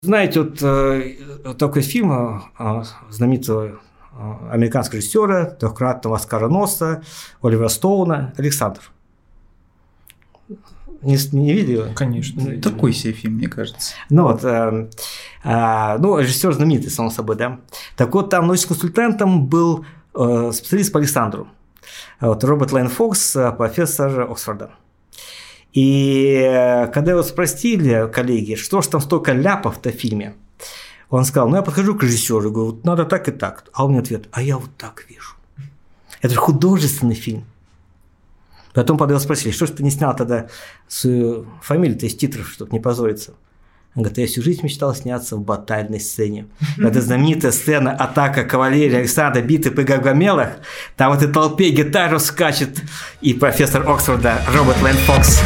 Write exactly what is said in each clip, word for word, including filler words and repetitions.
Знаете, вот э, такой фильм э, знаменитого э, американского режиссера, трехкратного оскароносца Оливера Стоуна «Александр». Не, не видели? Конечно. Такой себе фильм, мне кажется. Ну вот, э, э, ну, режиссер знаменитый, само собой, да. Так вот, там научным консультантом был э, специалист по Александру. Вот, Роберт Лайн Фокс, профессор Оксфорда. И когда его спросили коллеги, что ж там столько ляпов-то в фильме, он сказал, ну я подхожу к режиссеру и говорю, вот надо так и так. А он мне ответ, а я вот так вижу. Это же художественный фильм. Потом когда его спросили, что ж ты не снял тогда свою фамилию-то из титров, чтобы не позориться. Он говорит, я всю жизнь мечтал сняться в батальной сцене. Это знаменитая сцена «Атака кавалерии Александра, битвы при Гаугамелах». Там в этой толпе гитару скачет и профессор Оксфорда Роберт Лайн Фокс.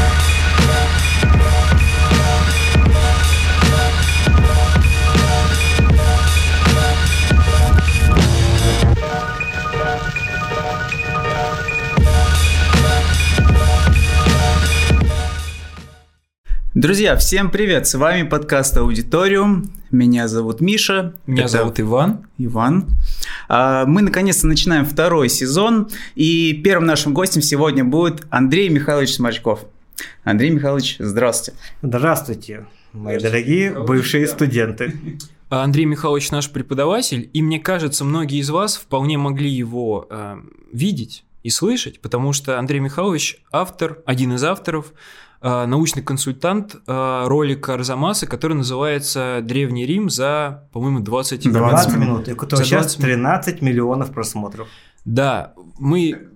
Друзья, всем привет! С вами подкаст «Аудиториум». Меня зовут Миша. Меня Это зовут Иван. Иван. Мы наконец-то начинаем второй сезон. И первым нашим гостем сегодня будет Андрей Михайлович Сморчков. Андрей Михайлович, здравствуйте. Здравствуйте, мои дорогие бывшие студенты. Андрей Михайлович наш преподаватель, и мне кажется, многие из вас вполне могли его э, видеть и слышать, потому что Андрей Михайлович автор, один из авторов, научный консультант ролика Арзамаса, который называется «Древний Рим» за, по-моему, двадцать, двадцать минут. И который сейчас тринадцать миллионов просмотров. Да, мы,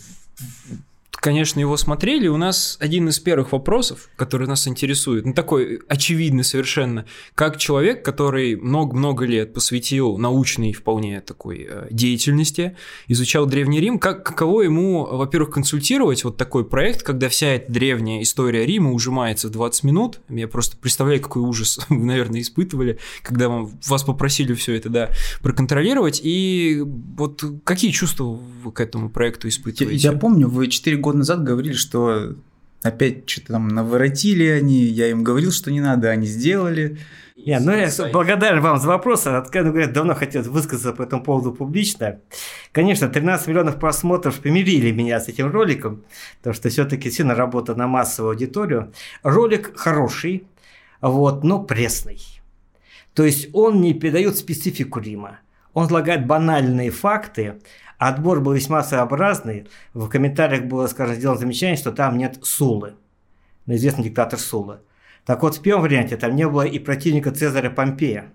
конечно, его смотрели. У нас один из первых вопросов, который нас интересует, ну, такой очевидный совершенно, как человек, который много-много лет посвятил научной вполне такой деятельности, изучал Древний Рим, как, каково ему, во-первых, консультировать вот такой проект, когда вся эта древняя история Рима ужимается в двадцать минут. Я просто представляю, какой ужас вы, наверное, испытывали, когда вам, вас попросили все это, да, проконтролировать. И вот какие чувства вы к этому проекту испытываете? Я, я помню, вы четыре года назад говорили, что опять что-то там наворотили они, я им говорил, что не надо, они сделали. Не, ну я благодарен вам за вопрос, откровенно говоря, давно хотел высказаться по этому поводу публично. Конечно, тринадцать миллионов просмотров помирили меня с этим роликом, потому что все-таки сильно работа на массовую аудиторию. Ролик хороший, вот, но пресный. То есть он не передает специфику Рима, он излагает банальные факты. Отбор был весьма своеобразный. В комментариях было, скажем, сделано замечание, что там нет Суллы, известный диктатор Сулла. Так вот, в первом варианте там не было и противника Цезаря Помпея.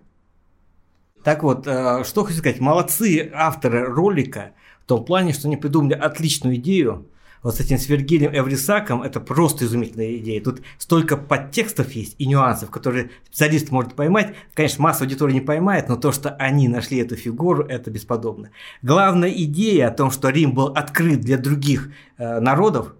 Так вот, что хочу сказать, молодцы авторы ролика в том плане, что они придумали отличную идею. Вот с этим с Вергилием Эврисаком это просто изумительная идея. Тут столько подтекстов есть и нюансов, которые специалист может поймать. Конечно, масса аудитории не поймает, но то, что они нашли эту фигуру, это бесподобно. Главная идея о том, что Рим был открыт для других э, народов,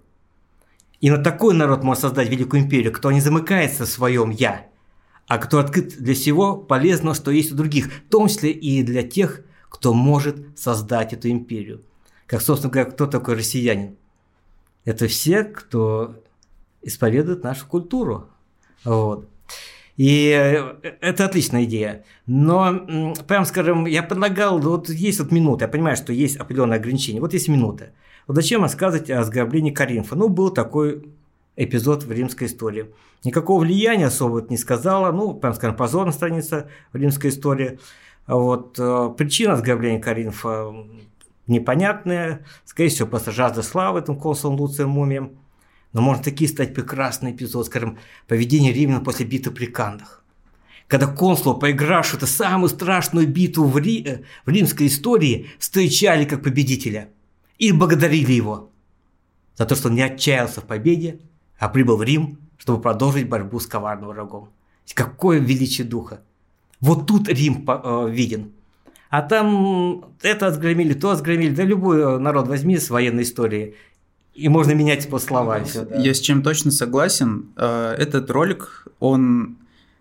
и на такой народ может создать великую империю, кто не замыкается в своем «я», а кто открыт для всего полезного, что есть у других, в том числе и для тех, кто может создать эту империю. Как, собственно говоря, кто такой россиянин? Это все, кто исповедует нашу культуру. Вот. И это отличная идея. Но, прям скажем, я предлагал, вот есть вот минута, я понимаю, что есть определенные ограничения. Вот есть минута. Вот зачем рассказывать о разграблении Коринфа? Ну, был такой эпизод в римской истории. Никакого влияния особо это не сказала. Ну, прям скажем, позорная страница в римской истории. Вот. Причина разграбления Коринфа непонятные, скорее всего, просто жажда славы этим консулом Луцием Мумием. Но можно такие стать прекрасный эпизод, скажем, поведение римлян после битвы при Кандах. Когда консул, проигравший эту самую страшную битву в, Ри... в римской истории, встречали как победителя и благодарили его за то, что он не отчаялся в победе, а прибыл в Рим, чтобы продолжить борьбу с коварным врагом. Какое величие духа! Вот тут Рим э, виден. А там это разгромили, то разгромили. Да любой народ возьми с военной историей, и можно менять по словам. Все, да. Я с чем точно согласен. Этот ролик, он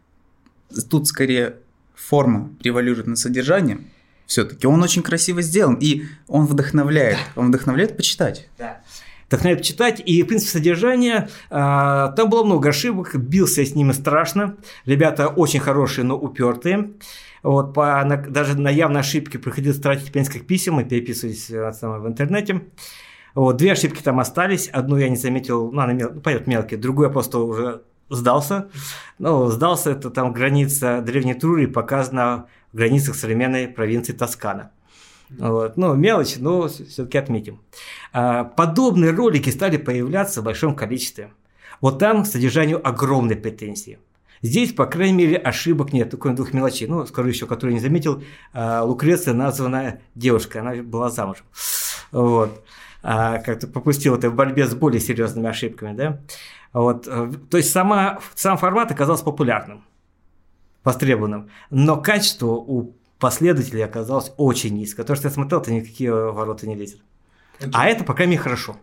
тут скорее форма превалирует на содержание. Все-таки он очень красиво сделан, и он вдохновляет. Он вдохновляет почитать. Да. вдохновляет читать. И, в принципе, содержание, там было много ошибок, бился с ними страшно. Ребята очень хорошие, но упертые. Вот, по, на, даже на явные ошибки приходилось тратить несколько писем и переписывались в интернете. Вот, две ошибки там остались. Одну я не заметил, ну, она мел, ну, понятно, мелкие. Другую я просто уже сдался. Ну, сдался, это там граница Древней Этрурии показана в границах современной провинции Тоскана. Вот. Ну, мелочь, но все-таки отметим. Подобные ролики стали появляться в большом количестве. Вот там к содержанию огромные претензии. Здесь, по крайней мере, ошибок нет, только двух мелочей. Ну, скажу еще, которую не заметил, Лукреция названа девушкой, она была замужем. Вот. Как-то пропустил это в борьбе с более серьезными ошибками. Да? Вот. То есть сама, сам формат оказался популярным, востребованным, но качество у последователей оказалось очень низко. То, что я смотрел, то никакие ворота не лезет. Это... А это, по крайней мере, хорошо.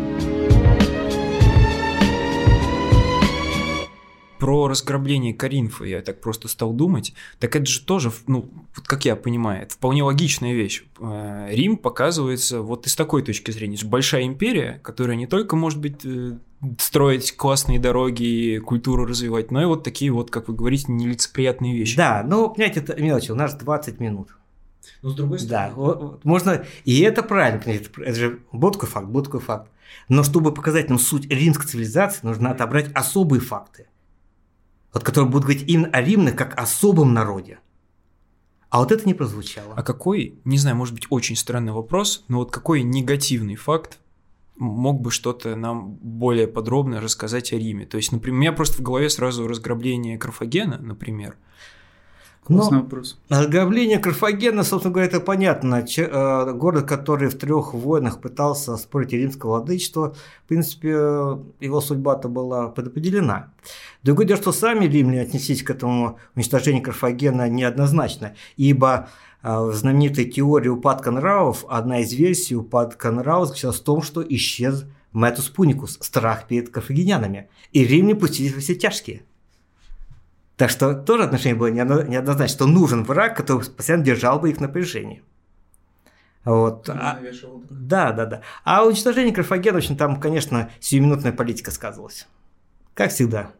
Про разграбление Коринфа я так просто стал думать. Так это же тоже, ну, как я понимаю, это вполне логичная вещь. Рим показывается вот из такой точки зрения. Это большая империя, которая не только может быть строить классные дороги, культуру развивать, но и вот такие вот, как вы говорите, нелицеприятные вещи. Да, ну, понимаете, это мелочи, у нас двадцать минут. Ну, с другой стороны. Да, вот, можно, и это правильно, это, это же вот такой факт, вот такой факт. Но чтобы показать нам суть римской цивилизации, нужно отобрать особые факты, вот, которые будут говорить именно о римлянах как особом народе. А вот это не прозвучало. А какой, не знаю, может быть, очень странный вопрос, но вот какой негативный факт мог бы что-то нам более подробно рассказать о Риме? То есть, например, у меня просто в голове сразу разграбление Карфагена, например. Классный вопрос. Разграбление Карфагена, собственно говоря, это понятно. Город, который в трех войнах пытался оспорить римское владычество, в принципе, его судьба-то была предопределена. Другое дело, что сами римляне отнеслись к этому уничтожению Карфагена неоднозначно, ибо в знаменитой теории упадка нравов одна из версий упадка нравов заключалась в том, что исчез Метус Пуникус, страх перед карфагенянами, и римляне пустились во все тяжкие. Так что тоже отношение было неоднозначно, что нужен враг, который постоянно держал бы их в напряжении. Вот. А, да, да, да. А уничтожение Карфагена, в общем, там, конечно, сиюминутная политика сказывалась. Как всегда.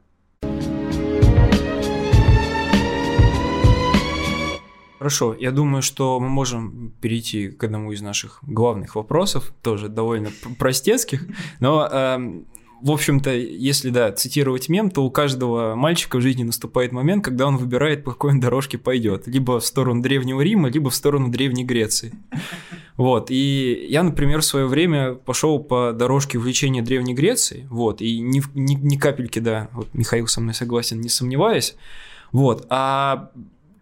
Хорошо, я думаю, что мы можем перейти к одному из наших главных вопросов, тоже довольно простецких, но... Э, в общем-то, если, да, цитировать мем, то у каждого мальчика в жизни наступает момент, когда он выбирает, по какой он дорожке пойдет. Либо в сторону Древнего Рима, либо в сторону Древней Греции. Вот. И я, например, в свое время пошел по дорожке увлечения Древней Греции. Вот. И ни, ни, ни капельки, да, вот Михаил со мной согласен, не сомневаюсь. Вот. А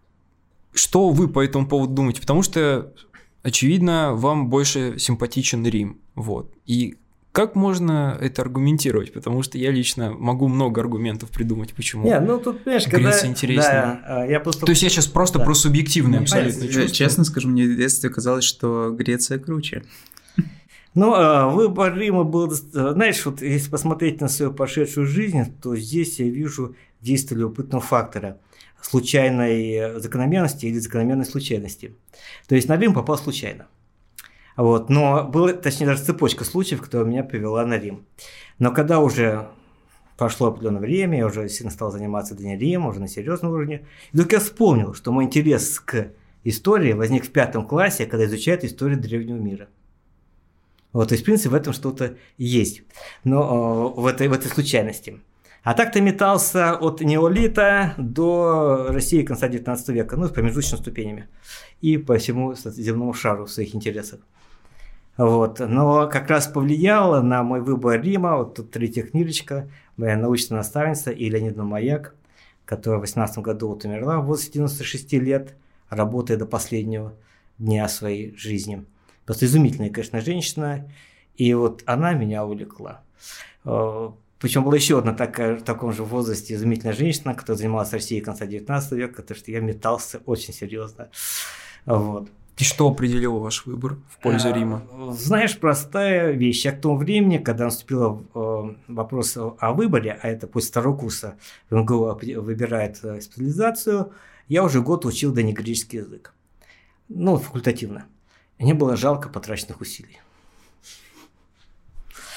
что вы по этому поводу думаете? Потому что, очевидно, вам больше симпатичен Рим. Вот. И как можно это аргументировать? Потому что я лично могу много аргументов придумать, почему. Не, ну тут, понимаешь, Греция когда... интереснее. Да, я просто... То есть я сейчас просто да. про субъективное абсолютно чувство. Честно скажу, мне в детстве казалось, что Греция круче. Ну, выбор Рима был... Знаешь, вот если посмотреть на свою прошедшую жизнь, то здесь я вижу действие любопытного фактора. Случайной закономерности или закономерной случайности. То есть на Рим попал случайно. Вот, но была, точнее, даже цепочка случаев, которая меня привела на Рим. Но когда уже прошло определенное время, я уже сильно стал заниматься Древним Римом, уже на серьезном уровне, и вдруг я вспомнил, что мой интерес к истории возник в пятом классе, когда изучают историю древнего мира. Вот, то есть, в принципе, в этом что-то есть, но в этой, в этой случайности. А так-то метался от неолита до России конца девятнадцатого века, ну, с промежуточными ступенями, и по всему земному шару в своих интересах. Вот. Но как раз повлияло на мой выбор Рима, вот тут третья книжечка, моя научная наставница Леонидовна Маяк, которая в восемнадцатом году вот умерла в возрасте девяноста шести лет, работая до последнего дня своей жизни. Просто изумительная, конечно, женщина, и вот она меня увлекла. Причем была еще одна такая, в таком же возрасте изумительная женщина, которая занималась Россией конца девятнадцатого века, потому что я метался очень серьезно. Вот. И что определило ваш выбор в пользу Рима? Знаешь, простая вещь. Я к тому времени, когда наступил вопрос о выборе, а это после второго курса в эм гэ у выбирает специализацию, я уже год учил древнегреческий язык. Ну, факультативно. Мне было жалко потраченных усилий.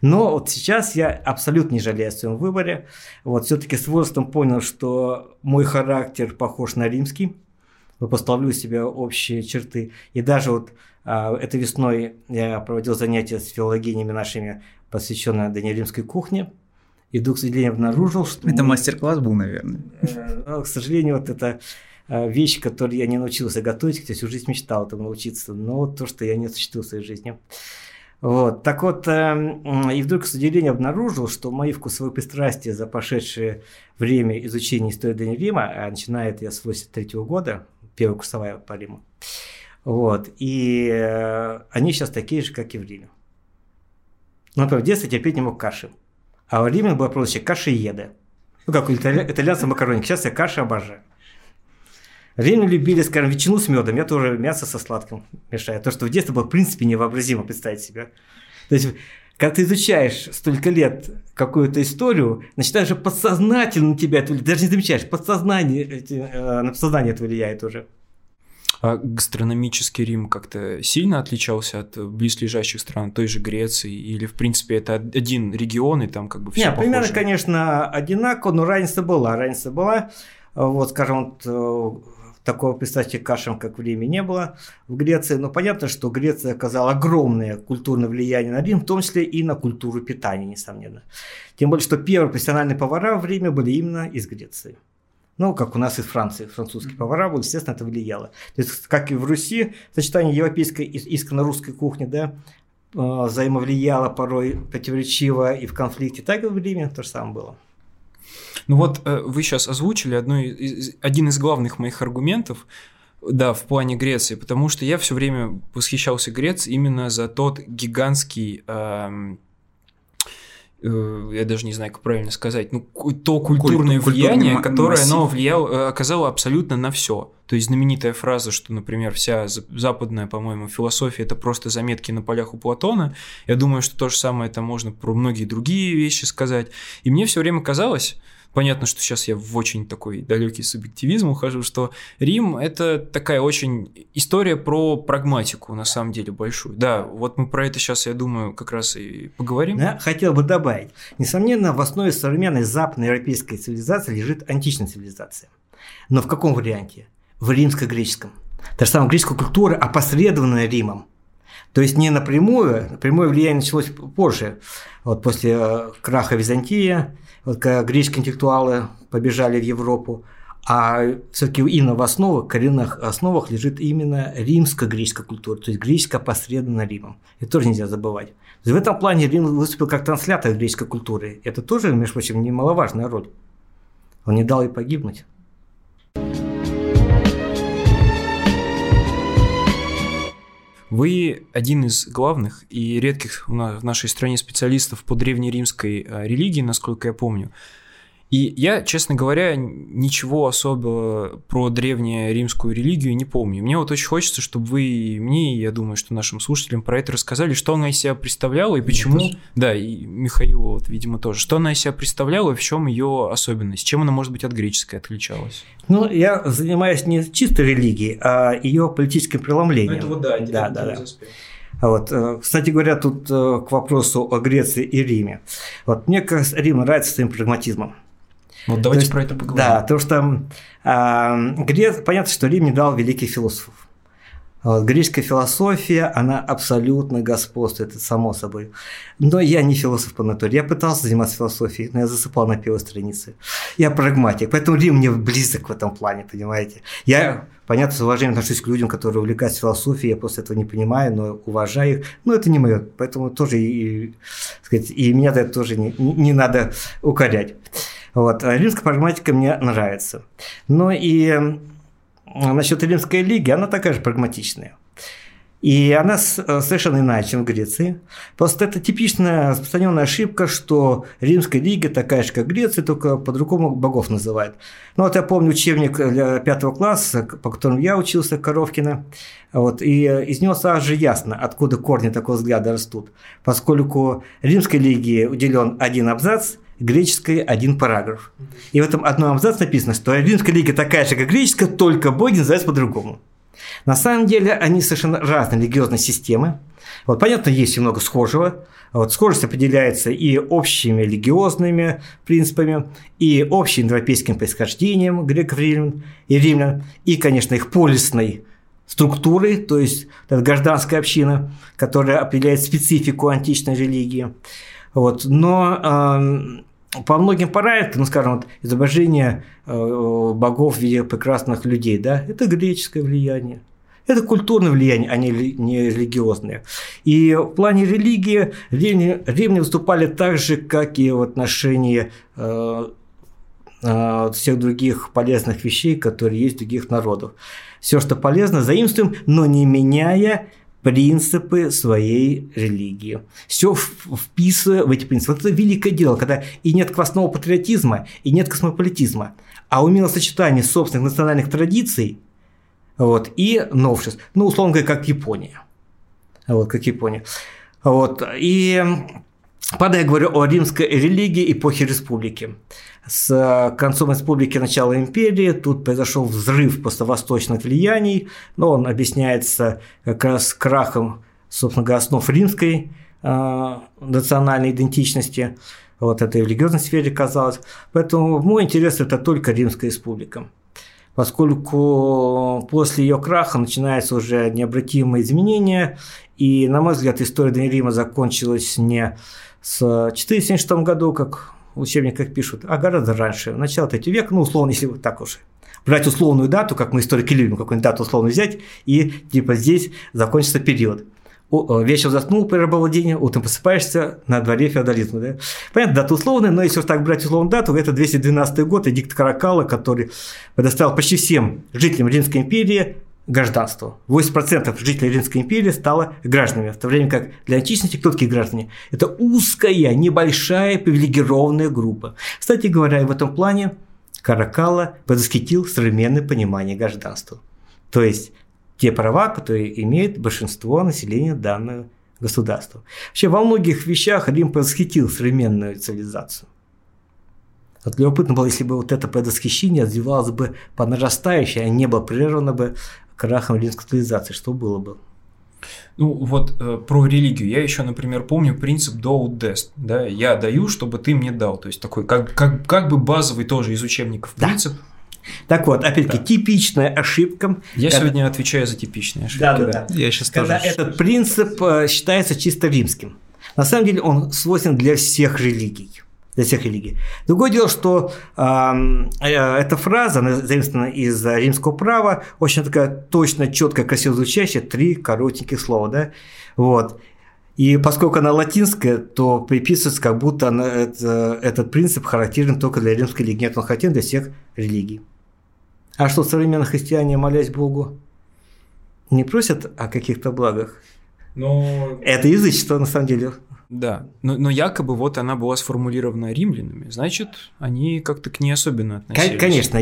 Но вот сейчас я абсолютно не жалею о своем выборе. Вот все-таки с возрастом понял, что мой характер похож на римский. Поставлю себе общие черты. И даже вот а, этой весной я проводил занятия с филологинями нашими, посвященные древнеримской кухне. И вдруг, к сожалению, обнаружил, что... Это мастер-класс был, наверное. Э, к сожалению, вот это вещь, которую я не научился готовить, хотя всю жизнь мечтал этому научиться. Но вот то, что я не осуществил в своей жизни. Вот. Так вот, э, и вдруг, к сожалению, обнаружил, что мои вкусовые пристрастия за прошедшее время изучения истории Древнего Рима, а начинает я с восемьдесят третьего года, первая курсовая по Риму, вот, и э, они сейчас такие же, как и в Риме. Например, в детстве терпеть не мог каши, а в Риме было прозвище кашееда. Ну, как у италья... итальянцев макароник, сейчас я каши обожаю. Римляне любили, скажем, ветчину с медом, я тоже мясо со сладким мешаю. То, что в детстве было, в принципе, невообразимо представить себе. То есть, когда ты изучаешь столько лет какую-то историю, начинаешь же подсознательно на тебя это влияет, даже не замечаешь, подсознание, эти, э, на подсознание это влияет уже. А гастрономический Рим как-то сильно отличался от близлежащих стран, той же Греции, или, в принципе, это один регион, и там как бы все Нет, похоже? примерно, конечно, одинаково, но разница была. Разница была, вот, скажем, вот, такого пристрастия к кашам, как в Риме, не было в Греции. Но понятно, что Греция оказала огромное культурное влияние на Рим, в том числе и на культуру питания, несомненно. Тем более, что первые профессиональные повара в Риме были именно из Греции. Ну, как у нас из Франции, французские повара были, естественно, это влияло. То есть, как и в Руси, сочетание европейской и исконно русской кухни, да, взаимовлияло порой противоречиво и в конфликте, так и в Риме то же самое было. Ну вот вы сейчас озвучили одну из, один из главных моих аргументов, да, в плане Греции, потому что я все время восхищался Грецией именно за тот гигантский, э, э, я даже не знаю, как правильно сказать, ну, то культурное Куль, влияние, которое массив. Оно влияло, оказало абсолютно на все. То есть знаменитая фраза, что, например, вся западная, по-моему, философия – это просто заметки на полях у Платона. Я думаю, что то же самое это можно про многие другие вещи сказать. И мне все время казалось, понятно, что сейчас я в очень такой далекий субъективизм ухожу, что Рим – это такая очень история про прагматику, на самом деле, большую. Да, вот мы про это сейчас, я думаю, как раз и поговорим. Я хотел бы добавить. Несомненно, в основе современной западноевропейской цивилизации лежит античная цивилизация. Но в каком варианте? В римско-греческом. Та же самая греческая культура, опосредованная Римом. То есть не напрямую, напрямую влияние началось позже, вот после э, краха Византии, вот, когда греческие интеллектуалы побежали в Европу, а все-таки именно в основах, коренных основах лежит именно римско-греческая культура, то есть греческая опосредованная Римом. Это тоже нельзя забывать. В этом плане Рим выступил как транслятор греческой культуры. Это тоже, между прочим, немаловажная роль. Он не дал ей погибнуть. Вы один из главных и редких в нашей стране специалистов по древнеримской религии, насколько я помню. И я, честно говоря, ничего особого про древнеримскую религию не помню. Мне вот очень хочется, чтобы вы мне, и я думаю, что нашим слушателям про это рассказали, что она из себя представляла и почему... Да, и Михаилу, вот, видимо, тоже. Что она из себя представляла и в чем ее особенность? Чем она, может быть, от греческой отличалась? Ну, я занимаюсь не чисто религией, а ее политическим преломлением. Ну, это вот да, да, да, да. Вот. Кстати говоря, тут к вопросу о Греции и Риме. Вот. Мне, кажется, Рим нравится своим прагматизмом. Вот давайте есть, про это поговорим. Да, потому что э, Грец... понятно, что Рим не дал великих философов. Вот, греческая философия, она абсолютно господствует, это само собой. Но я не философ по натуре. Я пытался заниматься философией, но я засыпал на первой странице. Я прагматик, поэтому Рим мне близок в этом плане, понимаете. Я, понятно, с уважением отношусь к людям, которые увлекаются философией, я просто этого не понимаю, но уважаю их. Но это не мое, поэтому тоже и, сказать, и меня это тоже не, не надо укорять. Вот. Римская прагматика мне нравится. Но и насчет Римской лиги, она такая же прагматичная. И она совершенно иная, чем в Греции. Просто это типичная распространенная ошибка, что Римская лига такая же, как Греция, только по-другому богов называют. Ну вот я помню учебник для пятого класса, по которому я учился, Коровкина. Вот, и из него сразу же ясно, откуда корни такого взгляда растут. Поскольку Римской лиге уделен один абзац, греческой один параграф. И в этом одном абзаце написано, что Римская лига такая же, как греческая, только боги называются по-другому. На самом деле они совершенно разные религиозные системы. Вот, понятно, есть и много схожего. Вот, схожесть определяется и общими религиозными принципами, и общим европейским происхождением греков и римлян, и, конечно, их полисной структурой, то есть это гражданская община, которая определяет специфику античной религии. Вот, но э, по многим параметрам, ну, скажем, вот, изображение э, богов в виде прекрасных людей, да, это греческое влияние. Это культурное влияние, а не религиозное. И в плане религии римляне, римляне выступали так же, как и в отношении э, э, всех других полезных вещей, которые есть у других народов. Все, что полезно, заимствуем, но не меняя принципы своей религии. Все вписывая в эти принципы. Вот это великое дело, когда и нет квасного патриотизма, и нет космополитизма, а умелое сочетание собственных национальных традиций, вот, и новшеств. Ну, условно говоря, как Япония. Вот, как Япония. Вот, и когда я говорю о римской религии эпохи республики. С концом республики, начала империи, тут произошел взрыв просто восточных влияний, но он объясняется как раз крахом, собственно говоря, основ римской э, национальной идентичности, вот этой религиозной сфере казалось. Поэтому мой интерес – это только Римская республика. Поскольку после ее краха начинаются уже необратимые изменения, и, на мой взгляд, история Древнего Рима закончилась не с четыреста семьдесят шестом году, как в учебниках пишут, а гораздо раньше, в начало третьего века, ну, условно, если вот так уж брать условную дату, как мы историки любим, какую-нибудь дату условно взять, и типа здесь закончится период. Вечером заснул при рабовладении, утром просыпаешься, на дворе феодализма. Да? Понятно, дата условная, но если вот так брать условную дату, это двести двенадцатый год, эдикт Каракалла, который предоставил почти всем жителям Римской империи гражданство. восемьдесят процентов жителей Римской империи стало гражданами, в то время как для античности кто такие граждане? Это узкая, небольшая привилегированная группа. Кстати говоря, в этом плане Каракалла предвосхитил современное понимание гражданства. То есть те права, которые имеет большинство населения данного государства. Вообще, во многих вещах Рим предвосхитил современную цивилизацию. Вот любопытно было, если бы вот это предвосхищение развивалось бы по нарастающей, а не было прервано бы крахом римской цивилизации, что было бы? Ну, вот э, про религию. Я еще, например, помню принцип do ut des. Да? Я даю, чтобы ты мне дал. То есть такой, как, как, как бы базовый тоже из учебников принцип. Да. Так вот, опять-таки, да. Типичная ошибка. Я когда... сегодня отвечаю за типичные ошибки. Да, да, да. Я сейчас когда тоже этот принцип считается чисто римским. На самом деле он свойственен для всех религий. Для всех религий. Другое дело, что э, э, эта фраза, она заимствована из римского права, очень такая точно, четко, красиво звучащая, три коротеньких слова. Да? Вот. И поскольку она латинская, то приписывается, как будто она, это, этот принцип характерен только для римской религии. Нет, он характерен для всех религий. А что, современные христиане, молясь Богу, не просят о каких-то благах? Но... Это язычество, на самом деле. Да, но, но якобы вот она была сформулирована римлянами, значит, они как-то к ней особенно относились. Конечно,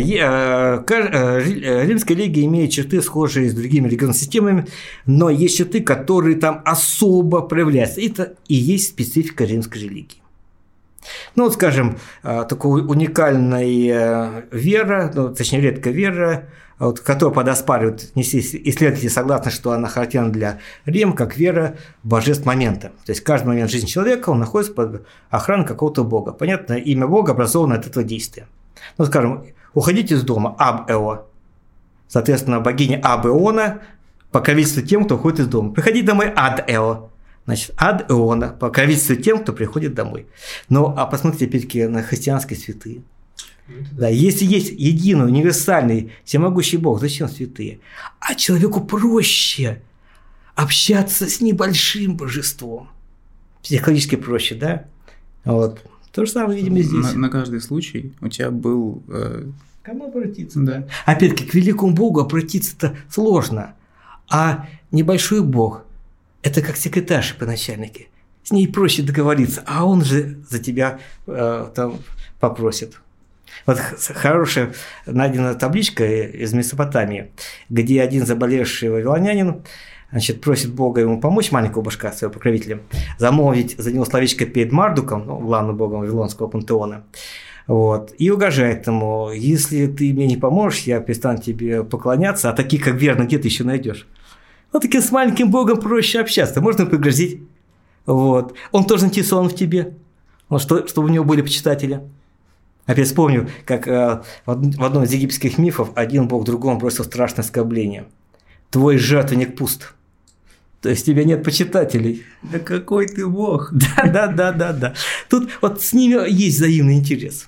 римская религия имеет черты, схожие с другими религиозными системами, но есть черты, которые там особо проявляются. Это и есть специфика римской религии. Ну, вот, скажем, такая уникальная вера, ну, точнее, редкая вера, вот, которую подоспаривают исследователи, согласны, что она характерна для Рима, как вера в божеств момента. То есть каждый момент жизни человека он находится под охраной какого-то бога. Понятно, имя бога образовано от этого действия. Ну, скажем, уходите из дома, Аб-Эо. Соответственно, богиня Аб-Эона покровительствует тем, кто уходит из дома. Приходи домой, Ад-Эо. Значит, Ад-Эона покровительствует тем, кто приходит домой. Ну, а посмотрите, опять-таки, на христианские святые. Да, если есть единый, универсальный, всемогущий Бог, зачем святые? А человеку проще общаться с небольшим божеством. Психологически проще, да? Вот. То же самое видим и здесь. На, на каждый случай у тебя был... Э... Кому обратиться? Да. Опять-таки, к великому Богу обратиться-то сложно. А небольшой Бог – это как секретарша по начальнике. С ней проще договориться, а он же за тебя э, там попросит. Вот хорошая найдена табличка из Месопотамии, где один заболевший вавилонянин, значит, просит Бога ему помочь, маленького божка, своего покровителя, замолвить за него словечко перед Мардуком, ну, главным богом вавилонского пантеона. Вот, и угрожает ему: если ты мне не поможешь, я перестану тебе поклоняться, а таких, как верно, где ты еще найдешь? Вот таким с маленьким богом проще общаться, можно пригрозить. Вот. Он тоже заинтересован в тебе, вот, что, чтобы у него были почитатели. Опять вспомню, как э, в одном из египетских мифов один бог другому бросил страшное оскорбление: твой жертвенник пуст. То есть у тебя нет почитателей. Да какой ты бог! Да, да, да, да, да. Тут вот с ними есть взаимный интерес.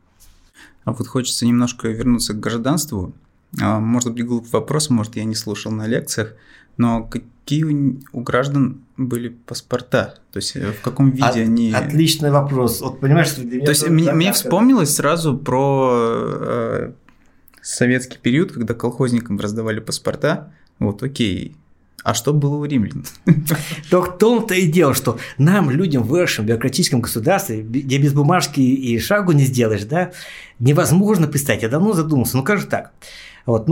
А вот хочется немножко вернуться к гражданству. Может быть, глупый вопрос, может, я не слушал на лекциях, но какие у граждан были паспорта? То есть в каком виде От, они... Отличный вопрос. Вот понимаешь, что для меня... То есть мне, мне вспомнилось сразу про э, советский период, когда колхозникам раздавали паспорта. Вот, окей. А что было у римлян? То в том-то и дело, что нам, людям, выросшим в бюрократическом государстве, где без бумажки и шагу не сделаешь, да, невозможно представить. Я давно задумался, ну как же так? Вот,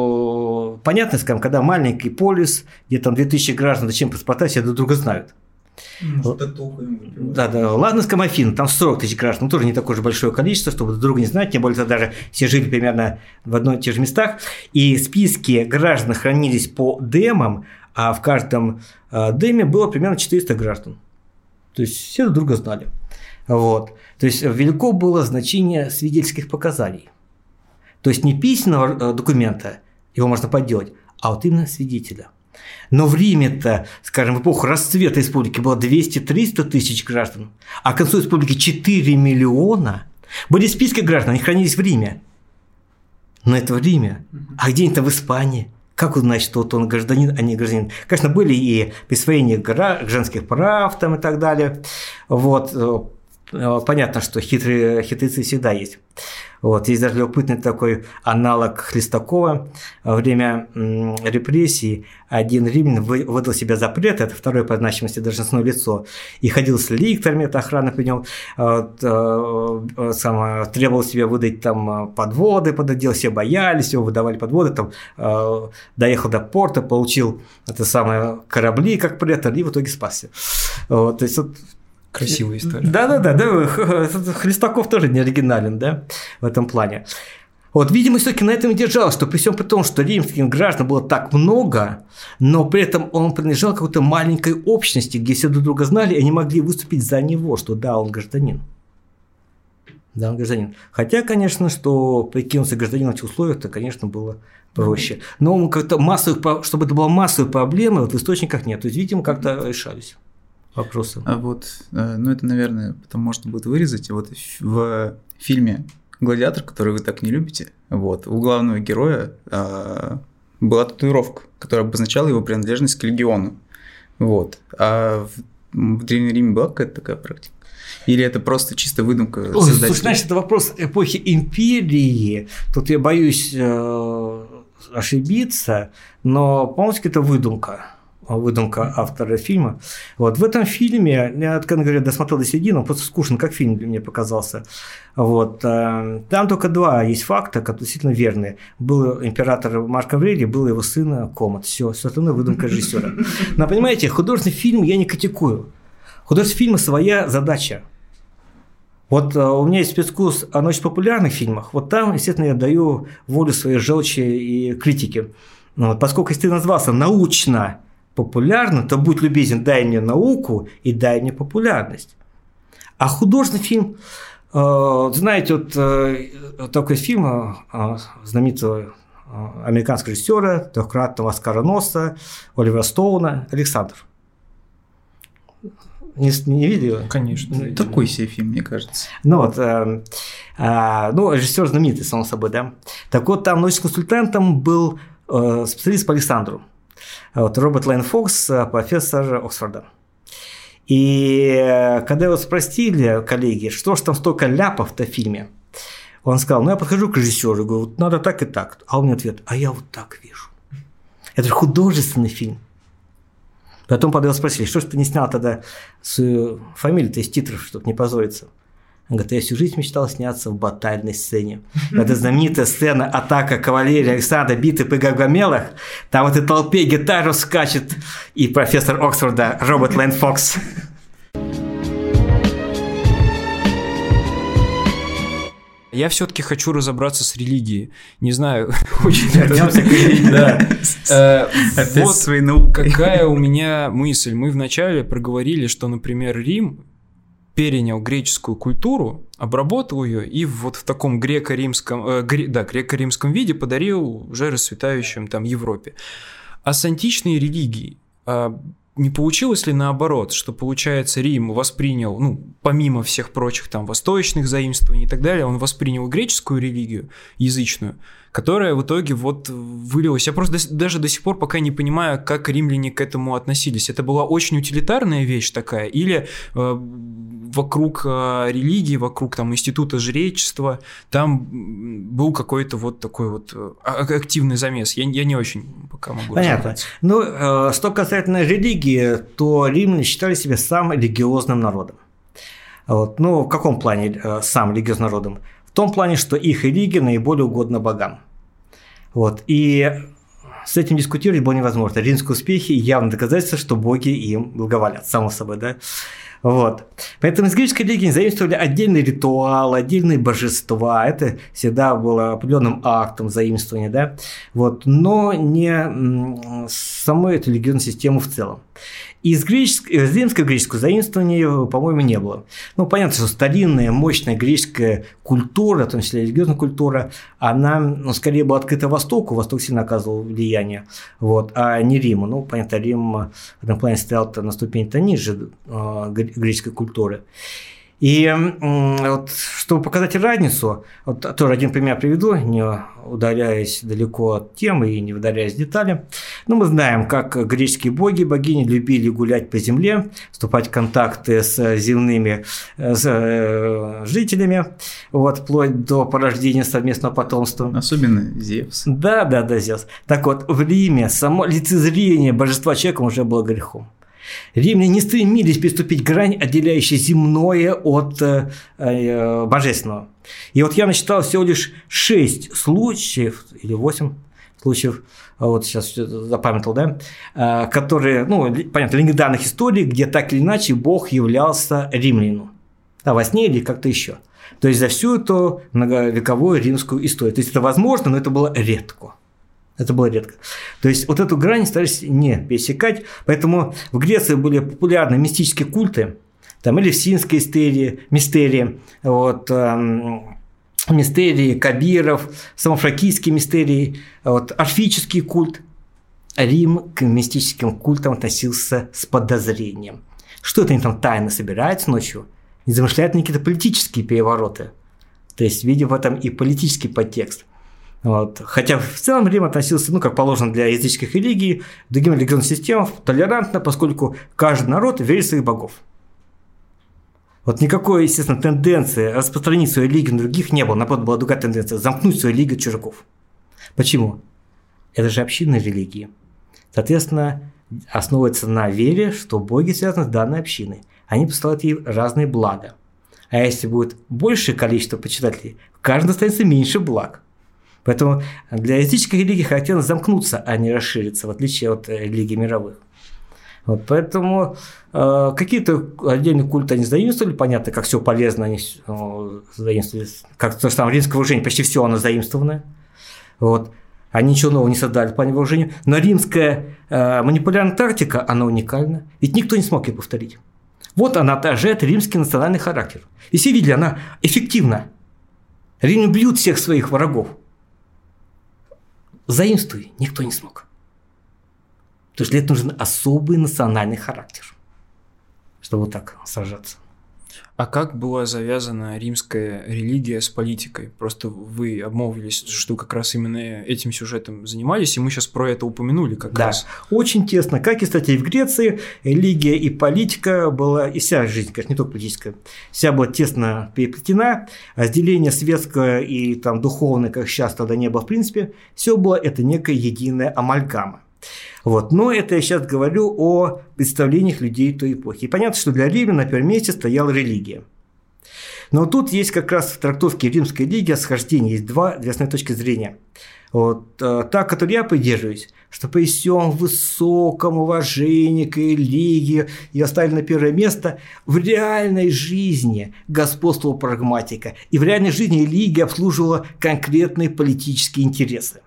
ну, понятно, скажем, когда маленький полис, где там две тысячи граждан, зачем паспорта, все друг друга знают. Ну, да, да, ладно, Скамофин, там сорок тысяч граждан, ну, тоже не такое же большое количество, чтобы друг друга не знать, тем более даже все жили примерно в одной и тех же местах, и списки граждан хранились по демам, а в каждом деме было примерно четыреста граждан. То есть все друг друга знали. Вот. То есть велико было значение свидетельских показаний. То есть не письменного документа, его можно подделать, а вот именно свидетеля. Но в Риме-то, скажем, в эпоху расцвета республики было двести-триста тысяч граждан, а к концу республики четыре миллиона. Были списки граждан, они хранились в Риме. Но это в Риме. А где-нибудь в Испании. Как узнать, что вот он гражданин, а не гражданин? Конечно, были и присвоение гражданских прав там и так далее. Вот. Понятно, что хитрые, хитрецы всегда есть. Вот. Есть даже любопытный такой аналог Хлестакова. Во время м, репрессий один римлян вы, выдал себе запрет, это второе по значимости должностное лицо, и ходил с ликторами, это охрана при нем, вот, э, сам, требовал себе выдать там подводы под отдел, все боялись, его выдавали подводы, там, э, доехал до порта, получил это самое корабли как претор, и в итоге спасся. Вот, то есть, вот, красивая история. Да-да-да, да, Хлестаков тоже не оригинален, да, в этом плане. Вот, видимо, все-таки на этом и держалось, что при всем при том, что римских граждан было так много, но при этом он принадлежал к какой-то маленькой общности, где все друг друга знали, и они могли выступить за него, что да, он гражданин. Да, он гражданин. Хотя, конечно, что прикинуться гражданином в этих условиях, то, конечно, было проще. Но как-то массовых, чтобы это была массовая проблема, вот в источниках нет. То есть, видимо, как-то решались вопросы. А вот, ну это, наверное, потом можно будет вырезать. Вот в фильме «Гладиатор», который вы так не любите, вот, у главного героя а, была татуировка, которая обозначала его принадлежность к легиону. Вот. А в, в Древнем Риме была какая-то такая практика? Или это просто чисто выдумка создателя? Слушай, значит, это вопрос эпохи империи. Тут я боюсь э, ошибиться, но, по-моему, это выдумка. Выдумка автора фильма. Вот. В этом фильме, я, откровенно говоря, досмотрел до середины, он просто скучен, как фильм мне показался. Вот. Там только два есть факта, которые действительно верные. Был император Марк Аврелий, был его сын Комод. Все, все остальное выдумка режиссера. Но понимаете, художественный фильм я не критикую. Художественный фильм своя задача. Вот у меня есть спецкурс о научно популярных фильмах. Вот там, естественно, я даю волю своей желчи и критике. Вот. Поскольку если ты назвался научно популярно, то будь любезен, дай мне науку и дай мне популярность. А художественный фильм, э, знаете, вот э, такой фильм э, знаменитого э, американского режиссера, трехкратного оскароносца Оливера Стоуна «Александр». Не, не видели? Конечно. Такой себе фильм, мне кажется. Ну вот, э, э, ну, режиссер знаменитый, само собой, да. Так вот, там научным консультантом был э, специалист по Александру. Вот, Роберт Лайн Фокс, профессор Оксфорда. И когда его спросили коллеги, что ж там столько ляпов-то в фильме, он сказал: ну я подхожу к режиссеру и говорю, вот надо так и так. А он мне ответ: а я вот так вижу. Это же художественный фильм. Потом когда его спросили, что ж ты не снял тогда свою фамилию-то из титров, чтобы не позориться. Он говорит: я всю жизнь мечтал сняться в батальной сцене. Это знаменитая сцена атака кавалерии Александра, битвы при Гаргамелах. Там в этой толпе гитару скачет и профессор Оксфорда Роберт Лайн Фокс. Я все-таки хочу разобраться с религией. Не знаю, очень Вернемся к религии, да. Вот своей наукой. Какая у меня мысль. Мы вначале проговорили, что, например, Рим перенял греческую культуру, обработал ее и вот в таком греко-римском, э, гре, да, греко-римском виде подарил уже расцветающим там Европе. А с античной религией э, не получилось ли наоборот, что, получается, Рим воспринял, ну, помимо всех прочих там восточных заимствований и так далее, он воспринял греческую религию, язычную, которая в итоге вот вылилась. Я просто даже до сих пор пока не понимаю, как римляне к этому относились. Это была очень утилитарная вещь такая, или э, вокруг э, религии, вокруг там института жречества, там был какой-то вот такой вот э, активный замес. Я, я не очень пока могу Понятно. Разобраться. Ну, э, что касательно религии, то римляне считали себя самым религиозным народом. Вот. Ну, в каком плане э, самым религиозным народом? В том плане, что их религия наиболее угодна богам. Вот. И с этим дискутировать было невозможно. Римские успехи явно доказательство, что боги им благоволят, само собой, да. Вот. Поэтому из греческой религии заимствовали отдельные ритуалы, отдельные божества. Это всегда было определенным актом заимствования, да. Вот. Но не саму эту религиозную систему в целом. Из, греческой, из римского греческого заимствования, по-моему, не было. Ну, понятно, что старинная, мощная греческая культура, в том числе религиозная культура, она, ну, скорее была открыта Востоку, Восток сильно оказывал влияние, вот, а не Риму. Ну, понятно, Рим в этом плане стоял на ступень-то ниже э, греческой культуры. И вот, чтобы показать разницу, вот тоже один пример приведу, не удаляясь далеко от темы и не удаляясь в детали. Но мы знаем, как греческие боги, богини любили гулять по земле, вступать в контакты с земными с жителями, вот, вплоть до порождения совместного потомства. Особенно Зевс. Да, да, да, Зевс. Так вот, в Риме само лицезрение божества человеком уже было грехом. Римляне не стремились переступить грань, отделяющую земное от э, э, божественного. И вот я насчитал всего лишь шесть случаев, или восемь случаев, вот сейчас запамятовал, да, э, которые, ну, понятно, легендарных историй, где так или иначе Бог являлся римлянину. Да, во сне или как-то еще. То есть за всю эту многовековую римскую историю. То есть это возможно, но это было редко. Это было редко. То есть вот эту грань старались не пересекать, поэтому в Греции были популярны мистические культы, там элевсинские мистерии, мистерии, вот, эм, мистерии кабиров, самофракийские мистерии, вот, орфический культ. Рим к мистическим культам относился с подозрением. Что это они там тайно собираются ночью? Не замышляют они какие-то политические перевороты. То есть видя в этом и политический подтекст. Вот. Хотя в целом Рим относился, ну, как положено для языческих религий, к другим религиозным системам толерантно, поскольку каждый народ верит в своих богов. Вот никакой, естественно, тенденции распространить свою религию на других не было. Наоборот, была другая тенденция – замкнуть свою религию от чужаков. Почему? Это же общинные религии. Соответственно, основывается на вере, что боги связаны с данной общиной. Они посылают ей разные блага. А если будет большее количество почитателей, в каждом останется меньше благ. Поэтому для языческой религии характерно замкнуться, а не расшириться, в отличие от религий мировых. Вот, поэтому э, какие-то отдельные культы они заимствовали, понятно, как все полезно они э, заимствовали, как то же самое римское вооружение, почти все оно заимствованное. Вот. Они ничего нового не создали в плане вооружения, но римская э, манипулярная тактика, она уникальна, ведь никто не смог ее повторить. Вот она отражает римский национальный характер. И все видели, она эффективна. Римляне бьют всех своих врагов. Заимствуй, никто не смог. То есть для этого нужен особый национальный характер, чтобы вот так сражаться. А как была завязана римская религия с политикой? Просто вы обмолвились, что как раз именно этим сюжетом занимались, и мы сейчас про это упомянули как да, раз. Очень тесно. Как и, кстати, и в Греции, религия и политика была, и вся жизнь, конечно, не только политическая, вся была тесно переплетена. Разделение светское и там, духовное, как сейчас, тогда не было в принципе. Все было это некая единая амальгама. Вот. Но это я сейчас говорю о представлениях людей той эпохи. И понятно, что для римлян на первом месте стояла религия. Но тут есть как раз в трактовке Римской лиги схождение, есть два, две основные точки зрения. Вот, та, которой я придерживаюсь, что при всем высоком уважении к религии ее оставили на первое место, в реальной жизни господствовала прагматика, и в реальной жизни религия обслуживала конкретные политические интересы.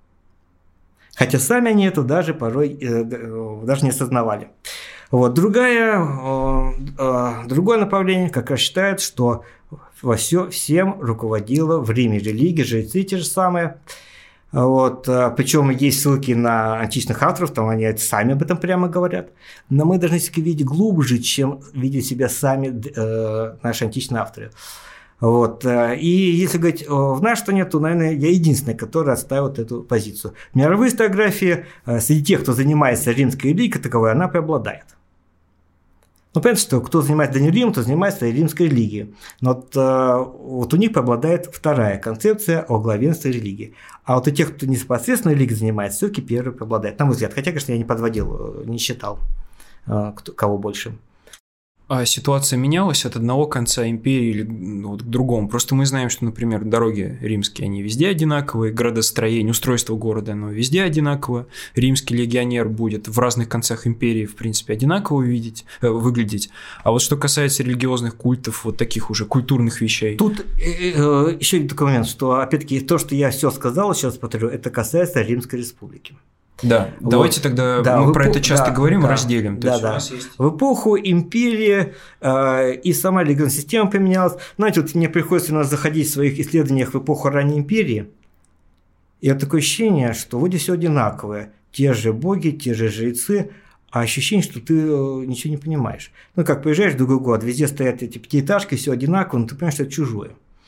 Хотя сами они это даже порой э, даже не осознавали. Вот. Другая, э, э, другое направление как раз считает, что во все, всем руководила в Риме религия, жрецы те же самые. Вот, причем есть ссылки на античных авторов, там они сами об этом прямо говорят. Но мы должны все-таки видеть глубже, чем видят себя сами э, наши античные авторы. Вот. И если говорить в нашей стране, то, наверное, я единственный, который отстаивает эту позицию. В мировой историографии среди тех, кто занимается римской религией, таковой она преобладает. Ну, понятно, что кто занимается Древним Римом, то занимается римской религией. Но вот, вот у них преобладает вторая концепция о главенстве религии. А вот у тех, кто непосредственно религией занимается, все-таки первый преобладает, на мой взгляд. Хотя, конечно, я не подводил, не считал, кто, кого больше. А ситуация менялась от одного конца империи или вот к другому? Просто мы знаем, что, например, дороги римские, они везде одинаковые, градостроение, устройство города, оно везде одинаково. Римский легионер будет в разных концах империи, в принципе, одинаково видеть, э, выглядеть. А вот что касается религиозных культов, вот таких уже культурных вещей. Тут э, э, еще такой момент, что, опять-таки, то, что я все сказал, сейчас повторю, это касается Римской Республики. Да, вот. Давайте тогда да, мы про эпо... это часто да, говорим, да, разделим. Да, да. Есть... В эпоху империи э, и сама легионная система поменялась. Знаете, вот мне приходится у нас заходить в своих исследованиях в эпоху ранней империи, и вот такое ощущение, что вроде все одинаковое. Те же боги, те же жрецы, а ощущение, что ты ничего не понимаешь. Ну, как приезжаешь в другой город, везде стоят эти пятиэтажки, все одинаково, но ты понимаешь, что это чужое.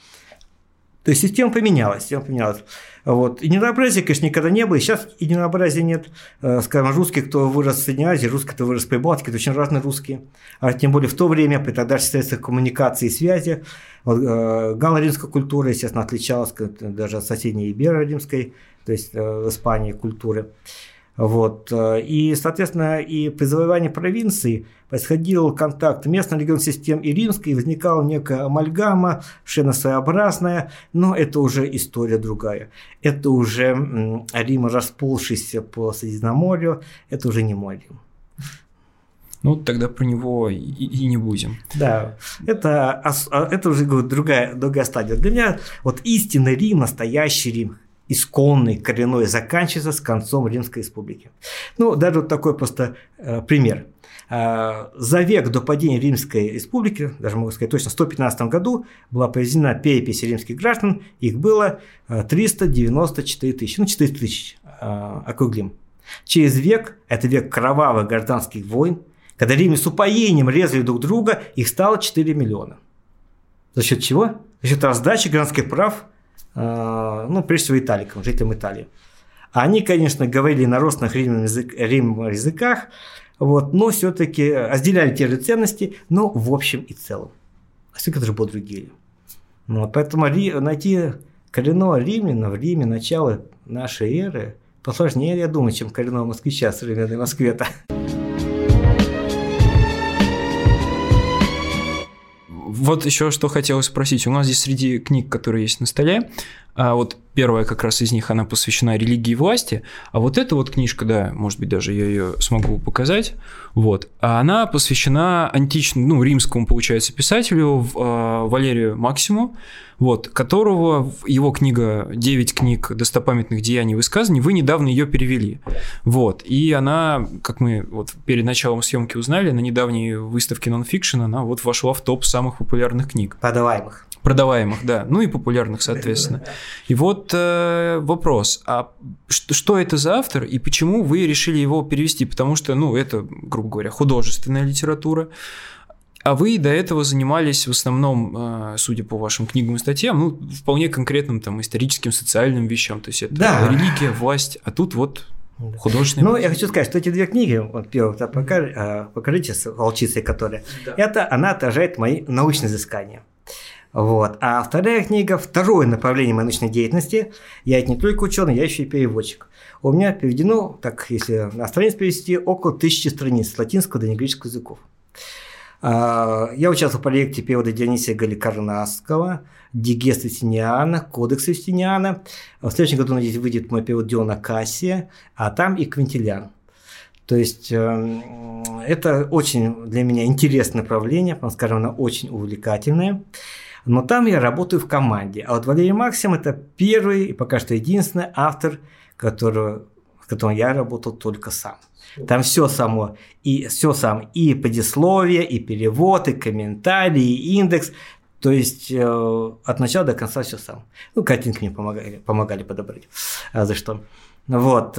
То есть система поменялась, система поменялась. Вот. Единообразия, конечно, никогда не было. И сейчас единообразия нет. Скажем, русские, кто вырос в Средней Азии, русские, кто вырос в Прибалтике, это очень разные русские. А тем более в то время, при тогдашних средствах коммуникации и связи, вот, галло-римская культура, естественно, отличалась даже от соседней иберо-римской, то есть в Испании культуры. Вот. И, соответственно, и при завоевании провинции происходил контакт местной региональной системы и римской, и возникала некая амальгама, совершенно своеобразная, но это уже история другая. Это уже Рим, расползшийся по Средиземноморью, это уже не мой Рим. Ну, тогда про него и, и не будем. Да, это, это уже другая, другая стадия. Для меня вот истинный Рим, настоящий Рим, исконный, коренной, заканчивается с концом Римской Республики. Ну, даже вот такой просто э, пример. Э, за век до падения Римской Республики, даже могу сказать точно, в сто пятнадцатом году была проведена перепись римских граждан, их было триста девяносто четыре тысячи, ну, четыреста тысяч э, округлим. Через век, это век кровавых гражданских войн, когда римляне с упоением резали друг друга, их стало четыре миллиона. За счет чего? За счет раздачи гражданских прав, ну, прежде всего, италикам, жителям Италии. Они, конечно, говорили на родственных римских языках, вот, но все-таки разделяли те же ценности, но в общем и целом. А все это же были другие. Ну, поэтому найти коренного римляна в Риме начала нашей эры посложнее, я думаю, чем коренного москвича в современной Москве-то. Вот еще что хотелось спросить. У нас здесь среди книг, которые есть на столе, а вот первая как раз из них, она посвящена религии и власти, а вот эта вот книжка, да, может быть, даже я ее смогу показать, вот, а она посвящена античному, ну, римскому, получается, писателю Валерию Максиму, вот, которого его книга «девять книг достопамятных деяний и высказаний», вы недавно ее перевели, вот, и она, как мы вот перед началом съемки узнали, на недавней выставке нонфикшн она вот вошла в топ самых популярных книг. Продаваемых. Продаваемых, да, ну и популярных, соответственно. И вот э, вопрос, а что, что это за автор и почему вы решили его перевести? Потому что, ну, это, грубо говоря, художественная литература, а вы до этого занимались в основном, э, судя по вашим книгам и статьям, ну, вполне конкретным там историческим, социальным вещам, то есть это да. религия, власть, а тут вот... художественный. Ну, я хочу сказать, что эти две книги, вот первая, покажите, покажите с волчицей, которая, да. это она отражает мои научные изыскания. Вот. А вторая книга, второе направление моей научной деятельности, я не только ученый, я еще и переводчик. У меня переведено, так если на страниц перевести, около тысячи страниц с латинского до негреческого языков. Я участвовал в проекте перевода Дионисия Галикарнасского, Дигест Юстиниана, Кодекс Юстиниана. В следующем году, надеюсь, выйдет мой перевод Диона Кассия, а там и Квинтилиан. То есть это очень для меня интересное направление, скажем, оно очень увлекательное. Но там я работаю в команде. А вот Валерий Максим – это первый и пока что единственный автор, которого, с которым я работал только сам. Там все само, и все сам, и предисловие, и перевод, и комментарии, и индекс. То есть э, от начала до конца все сам. Ну, картинки мне помогали, помогали подобрать, а за что. Вот.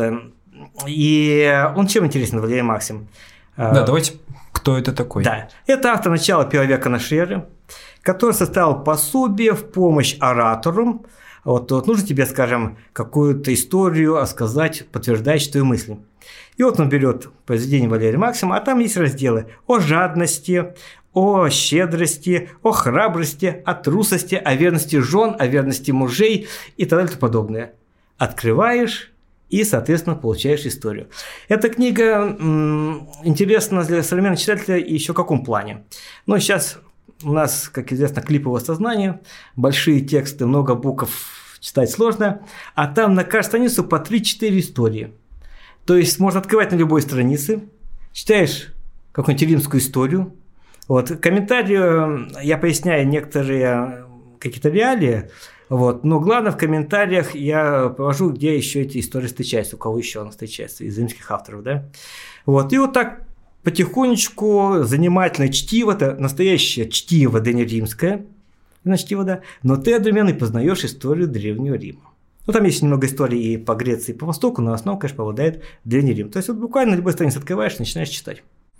И он чем интересен, Валерий Максим? Да, давайте, кто это такой? Да, это автор начала первого века нашей эры, который составил пособие в помощь ораторам. Вот, вот нужно тебе, скажем, какую-то историю сказать, подтверждающую твои мысли. И вот он берет произведение Валерия Максима, а там есть разделы о жадности, о щедрости, о храбрости, о трусости, о верности жен, о верности мужей и так далее и тому подобное. Открываешь и, соответственно, получаешь историю. Эта книга м, интересна для современного читателя еще в каком плане? Ну, сейчас у нас, как известно, клиповое сознание, большие тексты, много букв читать сложно, а там на каждую страницу по три-четыре истории. То есть можно открывать на любой странице, читаешь какую-нибудь римскую историю. Вот, комментарии я поясняю некоторые какие-то реалии, вот, но главное в комментариях я привожу, где еще эти истории встречаются, у кого еще она встречается, из римских авторов. Да? Вот, и вот так потихонечку занимательное чтиво, это настоящее чтиво древнеримское, чтиво, да, но ты одновременно и познаешь историю Древнего Рима. Ну, там есть немного историй и по Греции, и по Востоку, но основа, конечно, попадает в Древний Рим. То есть, вот буквально на любой странице открываешь, начинаешь читать.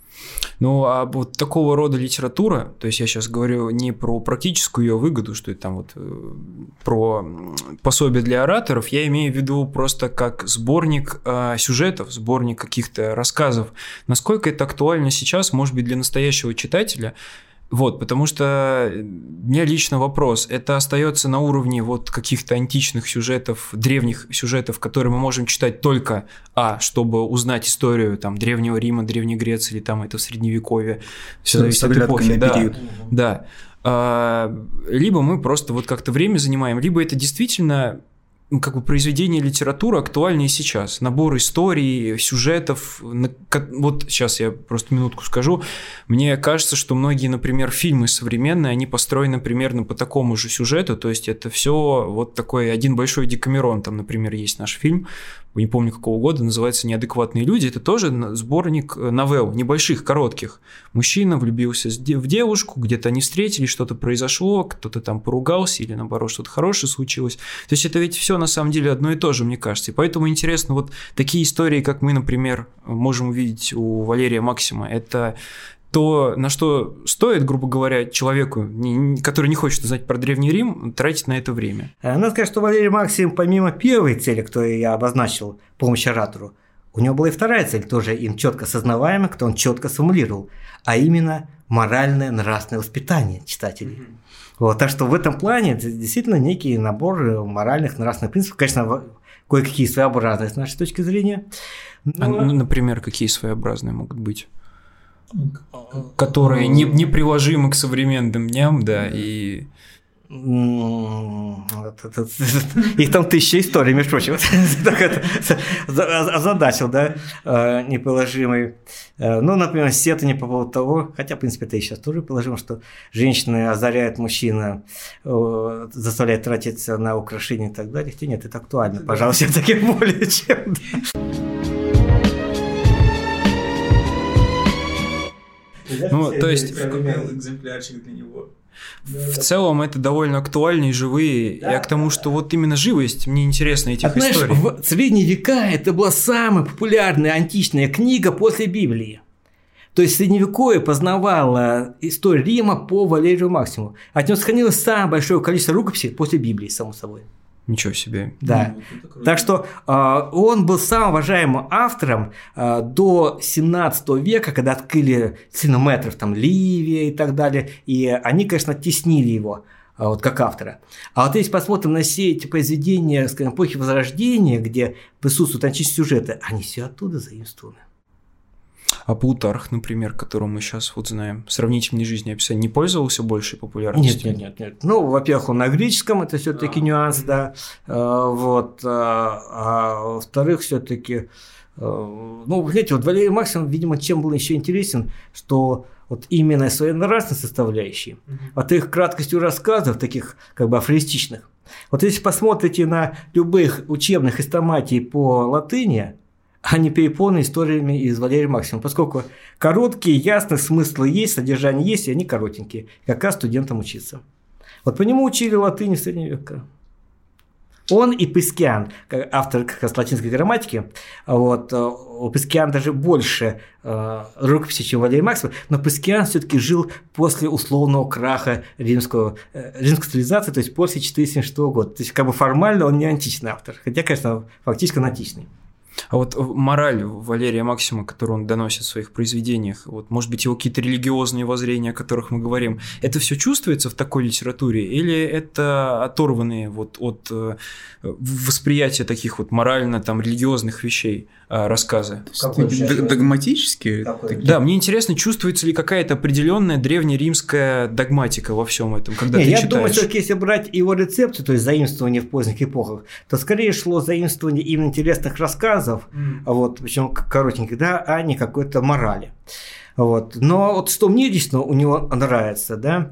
Ну, а вот такого рода литература, то есть я сейчас говорю не про практическую ее выгоду, что это там вот э, про пособие для ораторов, я имею в виду просто как сборник э, сюжетов, сборник каких-то рассказов. Насколько это актуально сейчас, может быть, для настоящего читателя? Вот, потому что у меня лично вопрос, это остается на уровне вот каких-то античных сюжетов, древних сюжетов, которые мы можем читать только, а, чтобы узнать историю там Древнего Рима, Древней Греции или там это в Средневековье, все зависит от эпохи, да, да. А, либо мы просто вот как-то время занимаем, либо это действительно как бы произведение литературы актуальны и сейчас. Набор историй, сюжетов. Вот сейчас я просто минутку скажу. Мне кажется, что многие, например, фильмы современные, они построены примерно по такому же сюжету. То есть это все вот такой один большой Декамерон. Там, например, есть наш фильм, не помню какого года, называется «Неадекватные люди». Это тоже сборник новелл, небольших, коротких. Мужчина влюбился в девушку, где-то они встретились, что-то произошло, кто-то там поругался или, наоборот, что-то хорошее случилось. То есть это ведь все на самом деле одно и то же, мне кажется. И поэтому интересно, вот такие истории, как мы, например, можем увидеть у Валерия Максима, это то, на что стоит, грубо говоря, человеку, который не хочет узнать про Древний Рим, тратить на это время. Надо сказать, что Валерий Максим, помимо первой цели, которую я обозначил, помощь оратору, у него была и вторая цель, тоже им четко осознаваемая, кто он четко сформулировал, а именно моральное, нравственное воспитание читателей. Mm-hmm. Вот, так что в этом плане это действительно некий набор моральных, нравственных принципов, конечно, кое-какие своеобразные с нашей точки зрения. Но... А, например, какие своеобразные могут быть? Которые не, не приложимы к современным дням, да, и... Их там тысяча историй, между прочим. Озадачил, да, неприложимый. Ну, например, сетование по поводу того, хотя, в принципе, это и сейчас тоже приложимо, что женщины озаряют мужчину, заставляют тратиться на украшения и так далее. Хотя нет, это актуально, пожалуй, все-таки более чем. Ну, то есть... экземплярчик для него. В целом это довольно актуальные, живые. Да, я к тому, что вот именно живость, мне интересно этих а историй. Знаешь, в средние века это была самая популярная античная книга после Библии. То есть Средневековье познавало историю Рима по Валерию Максиму. От него сохранилось самое большое количество рукописей после Библии, само собой. Ничего себе. Да. Ну, так что э, он был самым уважаемым автором э, до семнадцатого века, когда открыли синометров, там Ливия и так далее, и они, конечно, теснили его э, вот, как автора. А вот если посмотрим на все эти произведения, скажем, эпохи Возрождения, где присутствуют античные сюжеты, они все оттуда заимствованы. А Плутарх, например, которого мы сейчас вот знаем, сравнительной жизни описания, не пользовался большей популярностью? Нет, нет, нет, нет. Ну, во-первых, он на греческом, это все-таки а, нюанс, да. А, вот. А, а во-вторых, все-таки, а, ну, знаете, вот Валерий Максимов, видимо, чем был еще интересен, что вот именно своей нравственной составляющей, mm-hmm. вот их краткостью рассказов, таких как бы афористичных. Вот если посмотрите на любых учебных хрестоматий по латыни, они переполнены историями из Валерия Максимова, поскольку короткие, ясные смыслы есть, содержание есть, и они коротенькие. Как раз студентам учиться. Вот по нему учили латынь в средние века. Он и Пискиан, автор как раз латинской грамматики, вот, у Пискиан даже больше э, рукописи, чем Валерий Максимов, но Пискиан все-таки жил после условного краха римского, э, римской цивилизации, то есть после четыреста семьдесят шестого года. То есть как бы формально он не античный автор, хотя, конечно, фактически он античный. А вот мораль Валерия Максимова, которую он доносит в своих произведениях, вот, может быть, его какие-то религиозные воззрения, о которых мы говорим, это все чувствуется в такой литературе, или это оторванные вот от восприятия таких вот морально там религиозных вещей рассказы? Догматические? Да, мне интересно, чувствуется ли какая-то определенная древнеримская догматика во всем этом, когда Не, ты я читаешь? думаю, что если брать его рецепты, то есть заимствование в поздних эпохах, то скорее шло заимствование именно интересных рассказов, Mm. вот, причем коротеньких, да, а не какой-то морали. Вот. Но вот что мне лично у него нравится, да,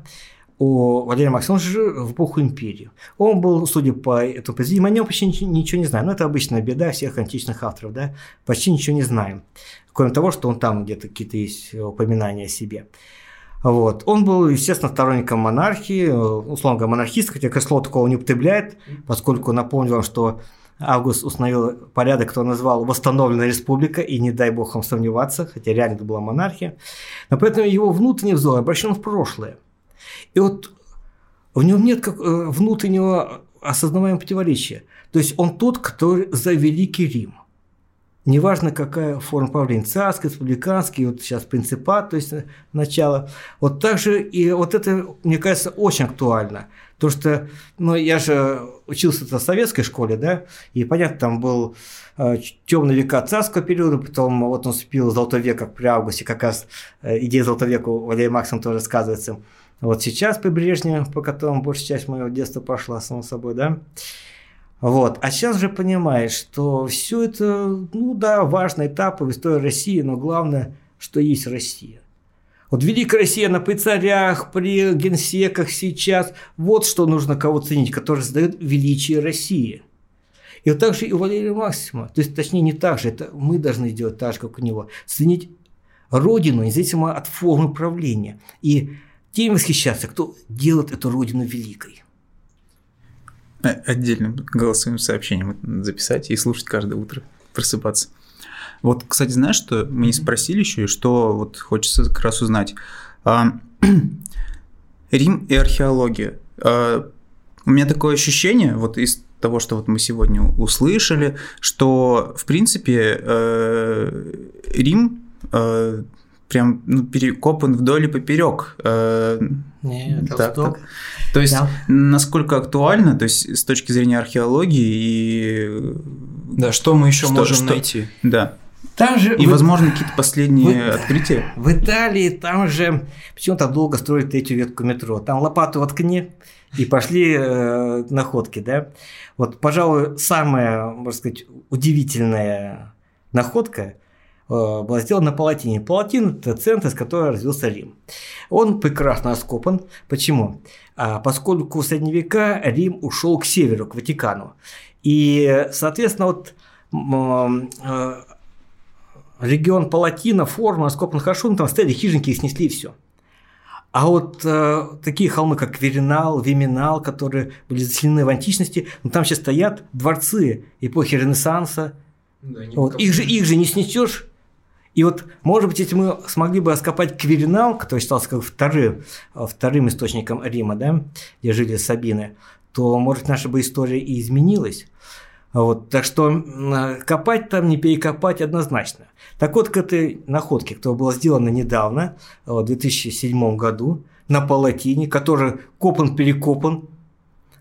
у Валерия Максимова, он жил в эпоху империи. Он был, судя по этому произведению, о нем почти ничего, ничего не знаем. Но это обычная беда всех античных авторов, да, почти ничего не знаем. Кроме того, что он там где-то какие-то есть упоминания о себе. Вот. Он был, естественно, сторонником монархии, условно говоря, монархист, хотя, конечно, слово такого не употребляет, поскольку напомню вам, что Август установил порядок, который назвал «Восстановленная республика», и не дай бог вам сомневаться, хотя реально это была монархия. Но поэтому его внутренний взор обращен в прошлое. И вот в нем нет как, внутреннего осознаваемого противоречия. То есть он тот, который за Великий Рим. Неважно, какая форма правления, царский, республиканский, вот сейчас принципат, то есть начало. Вот также и вот это, мне кажется, очень актуально. Потому что, ну, я же учился в советской школе, да, и, понятно, там был э, темные века царского периода, потом вот наступил золотой век, как при Августе, как раз э, идея золотого века у Валерия Максимова тоже рассказывается. Вот сейчас при Брежневе, по которому большая часть моего детства прошла, само собой, да. Вот. А сейчас же понимаешь, что все это, ну да, важные этапы в истории России, но главное, что есть Россия. Вот Великая Россия, она при царях, при генсеках сейчас, вот что нужно кого ценить, который создает величие России. И вот так же и у Валерия Максимова, то есть, точнее, не так же, это мы должны сделать так же, как у него, ценить Родину, независимо от формы правления, и тем восхищаться, кто делает эту Родину великой. Отдельным голосовым сообщением записать и слушать каждое утро, просыпаться. Вот, кстати, знаешь, что мы не спросили еще, и что вот хочется как раз узнать. Рим и археология. У меня такое ощущение, вот из того, что вот мы сегодня услышали, что, в принципе, Рим прям ну, перекопан вдоль и поперек. Нет, так, так. То есть, да. Насколько актуально, то есть, с точки зрения археологии и... Да, что мы еще что, можем что, найти? Да. Там же и, в... возможно, какие-то последние в... открытия. В Италии там же почему-то долго строили третью ветку метро. Там лопату воткни, и пошли э, находки, да. Вот, пожалуй, самая, можно сказать, удивительная находка была сделана на Палатине. Палатин – это центр, с которого развился Рим. Он прекрасно раскопан. Почему? А, поскольку в средние века Рим ушел к северу, к Ватикану. И, соответственно, вот э, регион Палатина, форма, раскопан хорошо, ну, там стояли хижинки и снесли все. А вот э, такие холмы, как Веринал, Виминал, которые были заселены в античности, ну, там сейчас стоят дворцы эпохи Ренессанса. Да, вот. их, же, их же не снесешь. И вот, может быть, если мы смогли бы раскопать Кверинал, который считался как вторым, вторым источником Рима, да, где жили Сабины, то, может, наша бы история и изменилась. Вот, так что копать там, не перекопать однозначно. Так вот, к этой находке, которая была сделана недавно, в две тысячи седьмом году, на Палатине, который копан-перекопан,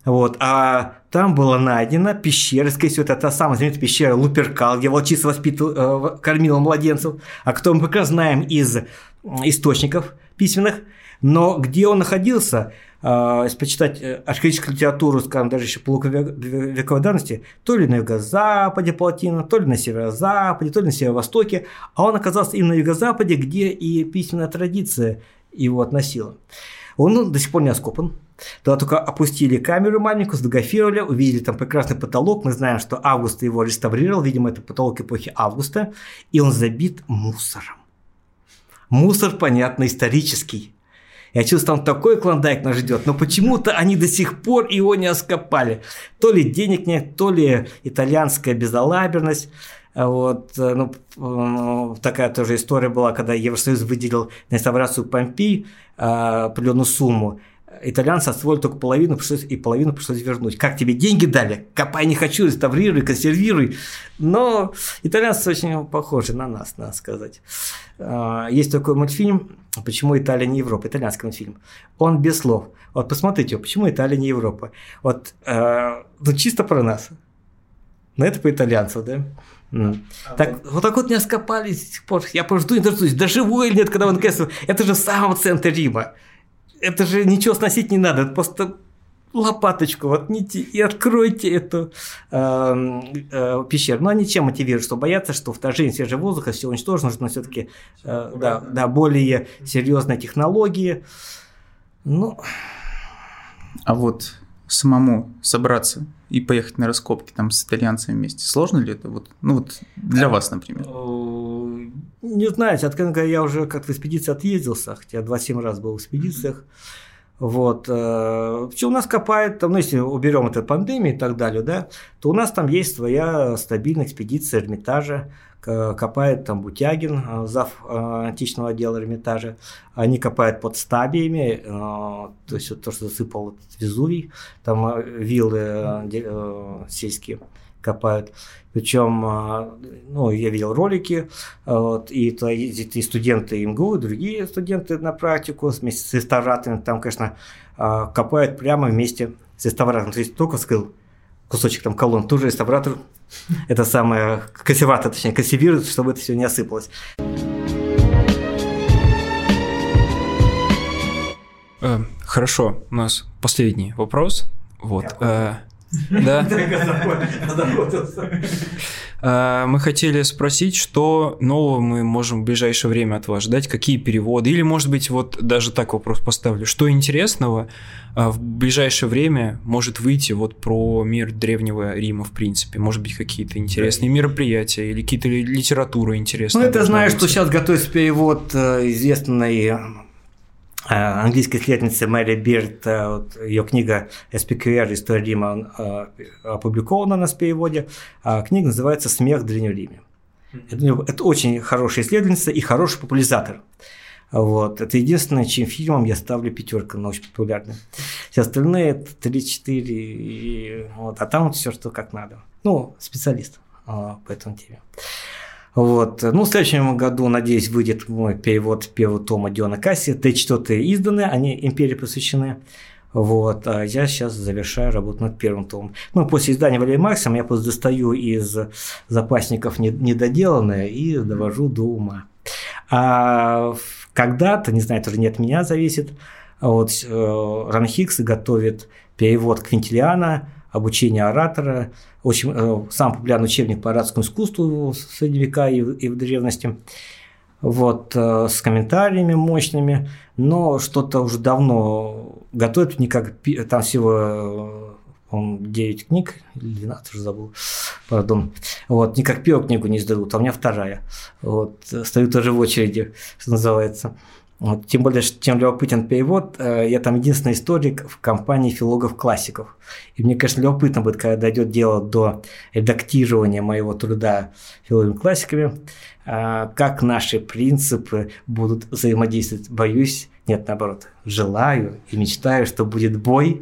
Вот, а там была найдена пещера, скорее всего, это та самая знаменитая пещера Луперкал, где волчица воспитывала, кормила младенцев, о котором мы как раз знаем из источников письменных, но где он находился, если почитать археологическую литературу, скажем, даже еще полувековой давности, то ли на юго-западе Палатина, то ли на северо-западе, то ли на северо-востоке, а он оказался именно на юго-западе, где и письменная традиция его относила. Он до сих пор не раскопан. Туда только опустили камеру маленькую, сфотографировали, увидели там прекрасный потолок. Мы знаем, что Август его реставрировал, видимо, это потолок эпохи Августа, и он забит мусором. Мусор, понятно, исторический. Я чувствую, там такой клондайк нас ждет, но почему-то они до сих пор его не раскопали. То ли денег нет, то ли итальянская безалаберность. Вот, ну, такая тоже история была, когда Евросоюз выделил на реставрацию Помпей определенную сумму. Итальянцы освоили только половину, пришлось, и половину пришлось вернуть. Как тебе деньги дали? Копай не хочу, реставрируй, консервируй. Но итальянцы очень похожи на нас, надо сказать. Есть такой мультфильм «Почему Италия не Европа?» Итальянский мультфильм. Он без слов. Вот посмотрите, почему Италия не Европа? Вот ну, чисто про нас. Но это по итальянцу, да? Mm. А так, вот так вот не раскопали до сих пор. Я просто жду, не дождусь, доживу или нет, когда он наконец-то... Это же в самом центре Рима. Это же ничего сносить не надо, это просто лопаточку воткните и откройте эту э, э, пещеру. Но они чем мотивируют? Что боятся, что вторжение свежего воздуха все уничтожено, нужно все-таки э, да, да, более серьезные технологии. Ну... А вот самому собраться и поехать на раскопки там с итальянцами вместе, сложно ли это? Вот, ну вот для вас, например. Не знаете, откуда я уже как-то в экспедиции отъездился, хотя двадцать семь раз был в экспедициях. Вот. Что у нас копает, там, ну, если уберем эту пандемию и так далее, да, то у нас там есть своя стабильная экспедиция Эрмитажа, копает там Бутягин, зав. Античного отдела Эрмитажа. Они копают под стабиями, то есть вот то, что засыпал Везувий, там виллы сельские копают. Причем, ну, я видел ролики, вот, и, и студенты МГУ, и другие студенты на практику вместе с реставраторами, там, конечно, копают прямо вместе с реставратором. То есть только вскрыл кусочек там колонн, тоже реставратор, это самое, консерватор, точнее, консервирует, чтобы это все не осыпалось. Хорошо, у нас последний вопрос. Вот. Да. Мы хотели спросить, что нового мы можем в ближайшее время от вас ждать, какие переводы, или, может быть, вот даже так вопрос поставлю, что интересного в ближайшее время может выйти вот про мир Древнего Рима, в принципе, может быть, какие-то интересные мероприятия или какие-то литературы интересные. Ну, это знаю, что сейчас готовится перевод известной английской исследовательницы Мэри Бирд, вот, ее книга «эс пи кью эр. История Рима» опубликована у нас в переводе. А книга называется «Смех в Древнем Риме». Mm-hmm. Это, это очень хорошая исследовательница и хороший популяризатор. Вот. Это единственное, чем фильмом я ставлю пятерку, но очень популярным. Все остальные три-четыре, вот, а там вот все, что как надо. Ну, специалист а, по этому теме. Вот. Ну, в следующем году, надеюсь, выйдет мой перевод первого тома Диона Касси. Т четыре изданы, они империи посвящены. Вот. А я сейчас завершаю работу над первым томом. Ну, после издания Валерия Марксом я просто достаю из запасников недоделанное и довожу до ума. А когда-то, не знаю, тоже не от меня зависит, вот Ран Хикс готовит перевод Квинтилиана «Обучение оратора», очень, самый популярный учебник по ораторскому искусству в средние века и в, и в древности, вот, с комментариями мощными, но что-то уже давно готовят, не как, там всего девять книг, или двенадцать, уже забыл, пардон, вот, не как первую книгу не сдадут, а у меня вторая, вот, стою тоже в очереди, что называется. Вот, тем более, чем любопытен перевод, я там единственный историк в компании филологов-классиков. И мне, конечно, любопытно будет, когда дойдет дело до редактирования моего труда филологами-классиками, как наши принципы будут взаимодействовать. Боюсь, нет, наоборот, желаю и мечтаю, что будет бой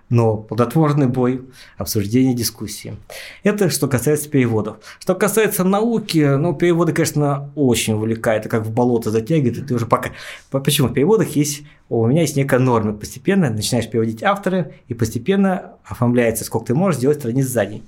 но плодотворный бой, обсуждение, дискуссии. Это что касается переводов. Что касается науки, ну, переводы, конечно, очень увлекают, это как в болото затягивает, и ты уже пока... Почему? В переводах есть... У меня есть некая норма. Постепенно начинаешь переводить авторы, и постепенно оформляется, сколько ты можешь сделать страниц сзади.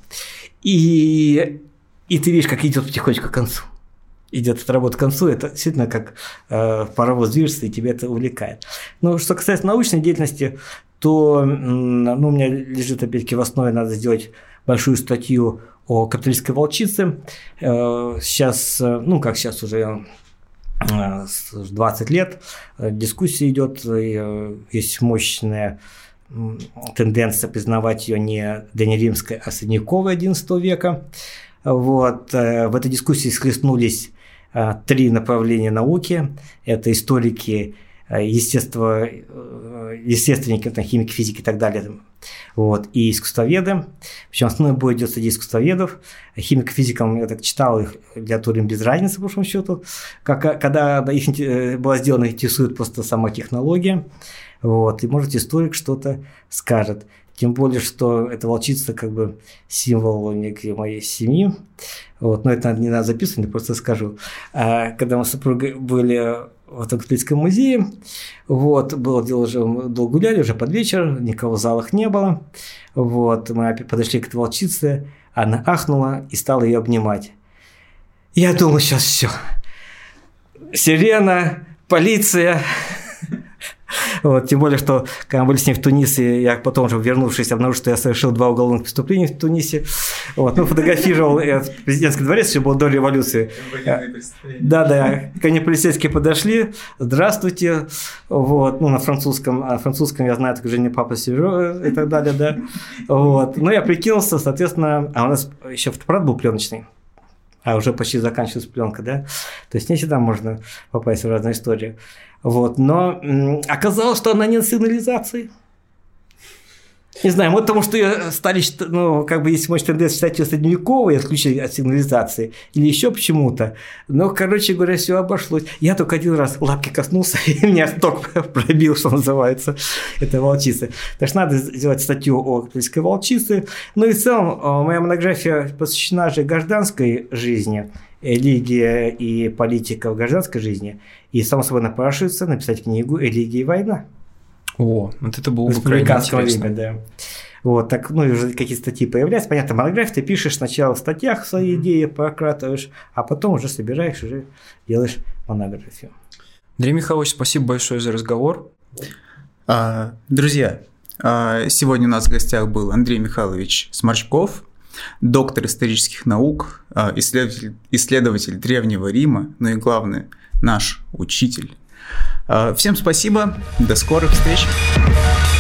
И, и ты видишь, как идет потихонечку к концу. Идет эта работа к концу, это действительно как э, паровоз движется, и тебя это увлекает. Но что касается научной деятельности, то ну, у меня лежит опять-таки в основе, надо сделать большую статью о капиталистской волчице. Э, сейчас, ну как сейчас уже э, двадцать лет, э, дискуссия идет, э, есть мощная тенденция признавать ее не древнеримской, а средневековой одиннадцатого века. Вот. В этой дискуссии схлестнулись три направления науки. Это историки, естество, естественники, химики, физики и так далее. Вот. И искусствоведы. Причем основной бой идет среди искусствоведов. Химикам, физикам, я так читал, их литературе без разницы, по большому счету. Как, когда их была сделана, интересует просто сама технология. Вот. И может историк что-то скажет. Тем более, что эта волчица как бы символ некой моей семьи. Вот. Но это не надо записывать, я просто скажу. А когда мы с супругой были в Капиталистском музее, вот, было дело уже, долго гуляли, уже под вечер, никого в залах не было. Вот. Мы подошли к этой волчице, она ахнула и стала ее обнимать. Я думал, сейчас все. Сирена, полиция. Вот, тем более, что когда мы были с ней в Тунисе, я потом уже вернувшись, обнаружил, что я совершил два уголовных преступления в Тунисе. Вот, ну, фотографировал президентский дворец, еще было до революции. Да, да. Ко мне полицейские подошли. Здравствуйте. Вот, ну, на французском. А на французском я знаю, так Женя Папа Сижу и так далее, да. Вот. Ну, я прикинулся, соответственно, а у нас еще фотоаппарат был пленочный. А уже почти заканчивалась пленка, да. То есть не всегда можно попасть в разные истории. Вот, но м- оказалось, что она не на сигнализации. Не знаю, вот потому что ее стали, ну, как бы есть мощная тенденция считать ее средневековой, отключили от сигнализации, или еще почему-то. Но, короче говоря, все обошлось. Я только один раз лапки коснулся, и меня ток пробил, что называется, этой волчицы. Так что надо сделать статью о капиталистской волчице. Ну и в целом, моя монография посвящена же гражданской жизни, религия и политика в гражданской жизни. И, само собой, напрашивается написать книгу «Религия и война». О, вот это было бы крайне интересно. Время, да. Вот, так, ну, и уже какие-то статьи появляются. Понятно, монографию ты пишешь сначала в статьях свои идеи, прократываешь, а потом уже собираешь, уже делаешь монографию. Андрей Михайлович, спасибо большое за разговор. А, друзья, сегодня у нас в гостях был Андрей Михайлович Сморчков, доктор исторических наук, исследователь, исследователь Древнего Рима, ну и главное, наш учитель. Всем спасибо, до скорых встреч!